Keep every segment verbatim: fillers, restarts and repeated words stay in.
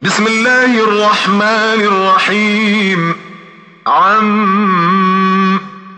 بسم الله الرحمن الرحيم. عم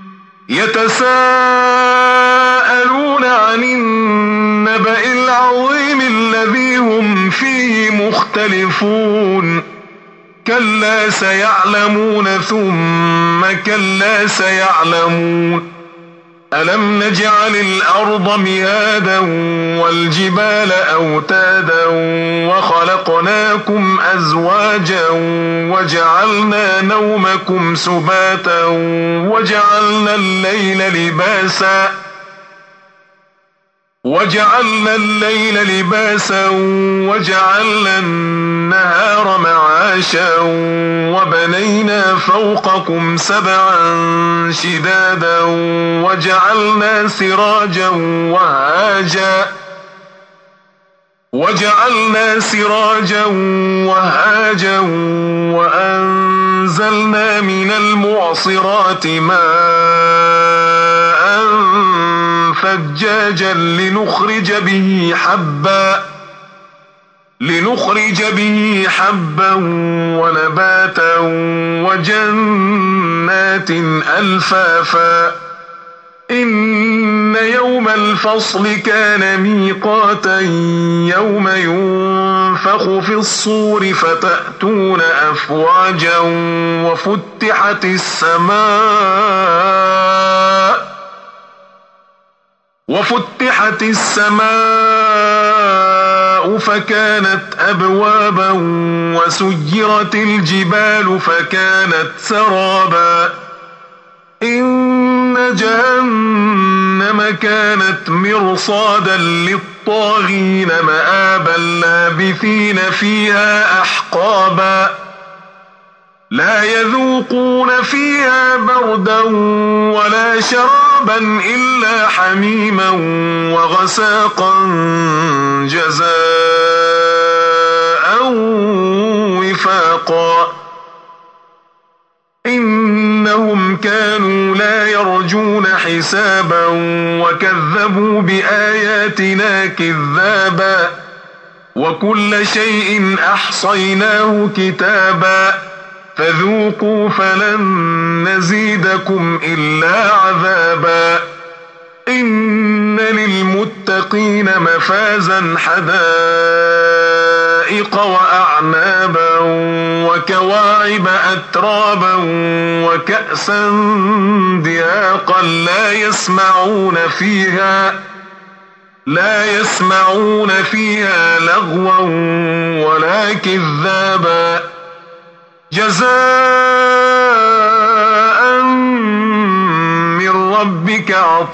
يتساءلون عن النبأ العظيم الذي هم فيه مختلفون. كلا سيعلمون ثم كلا سيعلمون. ألم نجعل الأرض مهادا والجبال أوتادا وخلقناكم أزواجا وجعلنا نومكم سباتا وجعلنا الليل لباسا وجعلنا الليل لباسا وجعلنا النهار معاشا وبنينا فوقكم سبعا شدادا وجعلنا سراجا وهاجا وجعلنا سراجا وهاجا وأنزلنا من المعصرات ماء ثجاجا لنخرج به حبا لنخرج به حبا ونباتا وجنات ألفافا. إن يوم الفصل كان ميقاتا يوم ينفخ في الصور فتأتون أفواجا وفتحت السماء وفتحت السماء فكانت أبوابا وسيرت الجبال فكانت سرابا. إن جهنم كانت مرصادا للطاغين مآبا لابثين فيها أحقابا. لا يذوقون فيها بردا ولا شرابا إلا حميما وغساقا جزاء وفاقا. إنهم كانوا لا يرجون حسابا وكذبوا بآياتنا كذابا. وكل شيء أحصيناه كتابا. فذوقوا فلن نزيدكم إلا عذابا. إن للمتقين مفازا حدائق وأعنابا وكواعب أترابا وكأسا دهاقا لا يسمعون فيها لا يسمعون فيها لغوا ولا كذابا. جزاء من ربك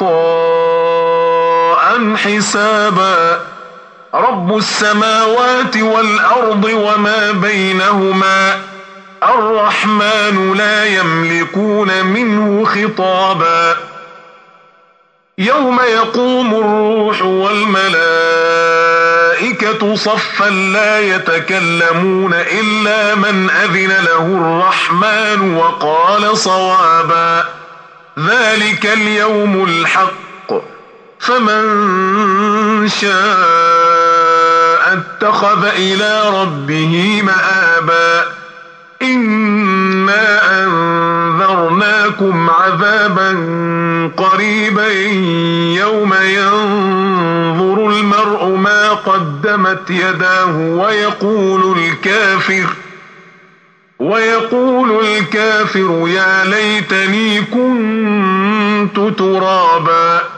عطاء حسابا. رب السماوات والأرض وما بينهما الرحمن لا يملكون منه خطابا. يوم يقوم الروح والملائكة صفا لا يتكلمون إلا من أذن له الرحمن وقال صوابا. ذلك اليوم الحق فمن شاء اتخذ إلى ربه مآبا. إنا أنذرناكم عذابا قريبا يوم ينظر المرء ما قدمت يداه ويقول الكافر ويقول الكافر يا ليتني كنت ترابا.